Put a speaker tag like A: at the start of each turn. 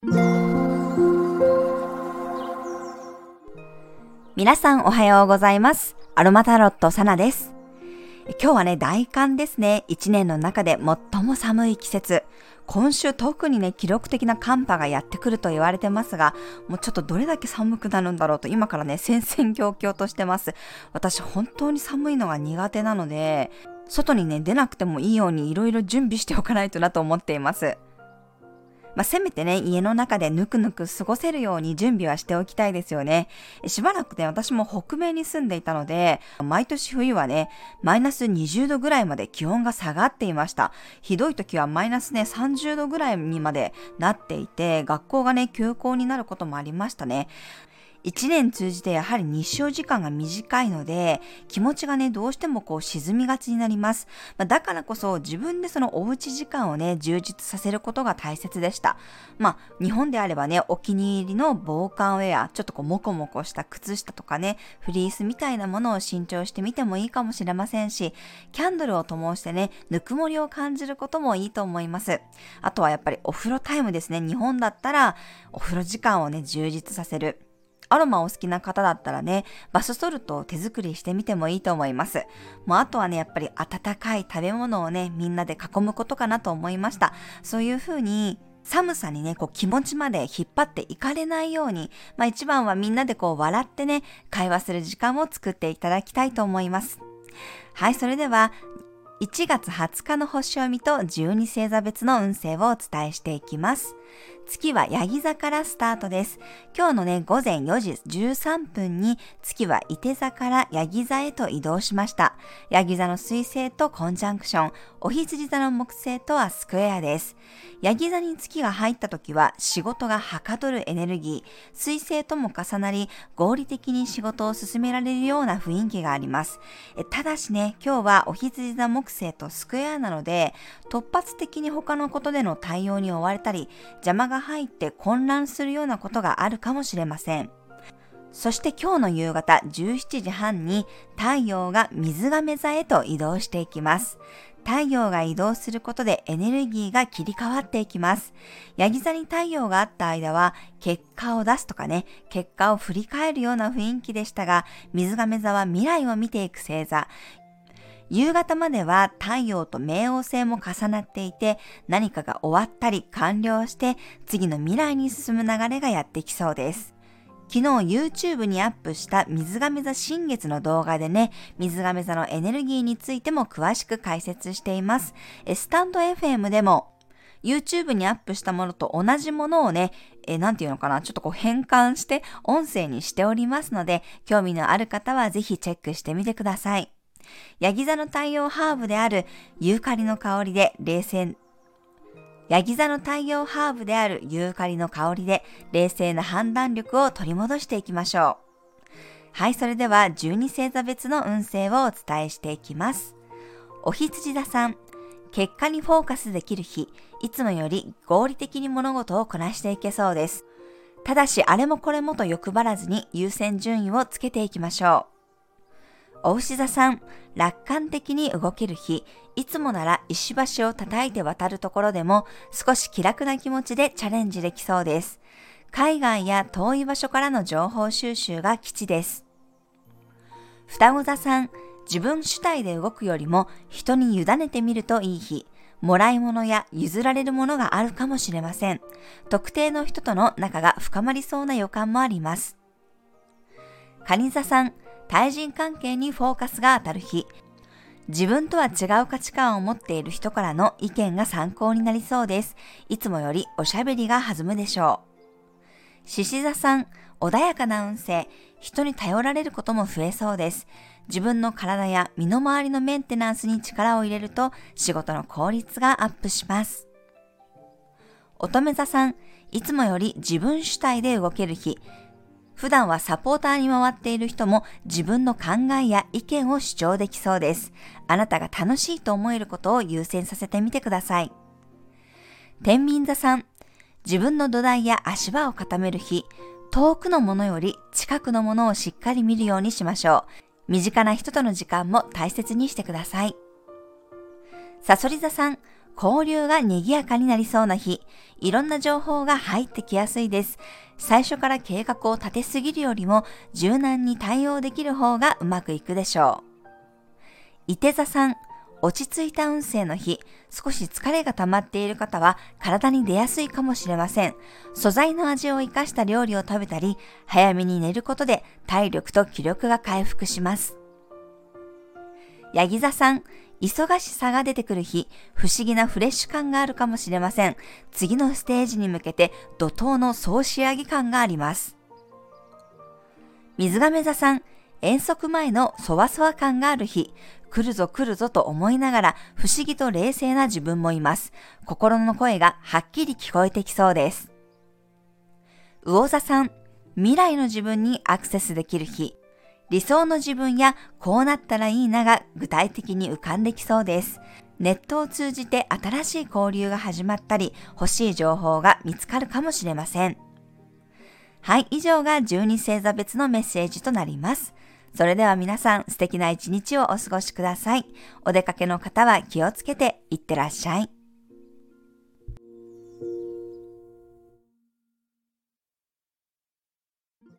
A: 皆さんおはようございます。アロマタロットサナです。今日はね、大寒ですね。1年の中で最も寒い季節。今週特にね、記録的な寒波がやってくると言われてますが、もうちょっとどれだけ寒くなるんだろうと今からね、戦々恐々としてます。私本当に寒いのが苦手なので、外にね、出なくてもいいようにいろいろ準備しておかないとなと思っています。せめてね、家の中でぬくぬく過ごせるように準備はしておきたいですよね。しばらくね、私も北米に住んでいたので、毎年冬はね、マイナス20度ぐらいまで気温が下がっていました。ひどい時はマイナスね、30度ぐらいにまでなっていて、学校がね、休校になることもありましたね。一年通じてやはり日照時間が短いので、気持ちがね、どうしても沈みがちになります。だからこそ自分でそのおうち時間をね、充実させることが大切でした。日本であればね、お気に入りの防寒ウェア、ちょっとモコモコした靴下とかね、フリースみたいなものを新調してみてもいいかもしれませんし、キャンドルを灯してね、ぬくもりを感じることもいいと思います。あとはやっぱりお風呂タイムですね。日本だったらお風呂時間をね、充実させる。アロマお好きな方だったらね、バスソルトを手作りしてみてもいいと思います。あとはね、やっぱり温かい食べ物をね、みんなで囲むことかなと思いました。そういう風に、寒さにね、気持ちまで引っ張っていかれないように、一番はみんなで笑ってね、会話する時間を作っていただきたいと思います。はい、それでは、1月20日の星読みと12星座別の運勢をお伝えしていきます。月はヤギ座からスタートです。今日のね、午前4時13分に月は射手座からヤギ座へと移動しました。ヤギ座の水星とコンジャンクション、お羊座の木星とはスクエアです。ヤギ座に月が入った時は仕事がはかどるエネルギー、水星とも重なり合理的に仕事を進められるような雰囲気があります。ただしね、今日はお羊座木星とスクエアなので、突発的に他のことでの対応に追われたり、邪魔が入って混乱するようなことがあるかもしれません。そして今日の夕方17時半に太陽が水亀座へと移動していきます。太陽が移動することでエネルギーが切り替わっていきます。ヤギ座に太陽があった間は結果を出すとかね、結果を振り返るような雰囲気でしたが、水亀座は未来を見ていく星座。夕方までは太陽と冥王星も重なっていて、何かが終わったり完了して次の未来に進む流れがやってきそうです。昨日 YouTube にアップした水亀座新月の動画でね、水亀座のエネルギーについても詳しく解説しています。スタンド FM でも YouTube にアップしたものと同じものをね、ちょっと変換して音声にしておりますので、興味のある方はぜひチェックしてみてください。ヤギ座の太陽ハーブであるユーカリの香りで冷静な判断力を取り戻していきましょう。はい、それでは12星座別の運勢をお伝えしていきます。お羊座さん、結果にフォーカスできる日、いつもより合理的に物事をこなしていけそうです。ただしあれもこれもと欲張らずに優先順位をつけていきましょう。お牛座さん、楽観的に動ける日、いつもなら石橋を叩いて渡るところでも少し気楽な気持ちでチャレンジできそうです。海外や遠い場所からの情報収集が吉です。双子座さん、自分主体で動くよりも人に委ねてみるといい日、もらい物や譲られるものがあるかもしれません。特定の人との仲が深まりそうな予感もあります。蟹座さん、対人関係にフォーカスが当たる日、自分とは違う価値観を持っている人からの意見が参考になりそうです。いつもよりおしゃべりが弾むでしょう。獅子座さん、穏やかな運勢、人に頼られることも増えそうです。自分の体や身の回りのメンテナンスに力を入れると仕事の効率がアップします。乙女座さん、いつもより自分主体で動ける日、普段はサポーターに回っている人も自分の考えや意見を主張できそうです。あなたが楽しいと思えることを優先させてみてください。天秤座さん、自分の土台や足場を固める日、遠くのものより近くのものをしっかり見るようにしましょう。身近な人との時間も大切にしてください。さそり座さん、 交流が賑やかになりそうな日、いろんな情報が入ってきやすいです。最初から計画を立てすぎるよりも柔軟に対応できる方がうまくいくでしょう。いて座さん、落ち着いた運勢の日、少し疲れが溜まっている方は体に出やすいかもしれません。素材の味を生かした料理を食べたり、早めに寝ることで体力と気力が回復します。ヤギ座さん、忙しさが出てくる日、不思議なフレッシュ感があるかもしれません。次のステージに向けて怒涛の総仕上げ感があります。水亀座さん、遠足前のそわそわ感がある日、来るぞ来るぞと思いながら不思議と冷静な自分もいます。心の声がはっきり聞こえてきそうです。魚座さん、未来の自分にアクセスできる日、理想の自分やこうなったらいいなが具体的に浮かんできそうです。ネットを通じて新しい交流が始まったり、欲しい情報が見つかるかもしれません。はい、以上が12星座別のメッセージとなります。それでは皆さん、素敵な一日をお過ごしください。お出かけの方は気をつけていってらっしゃい。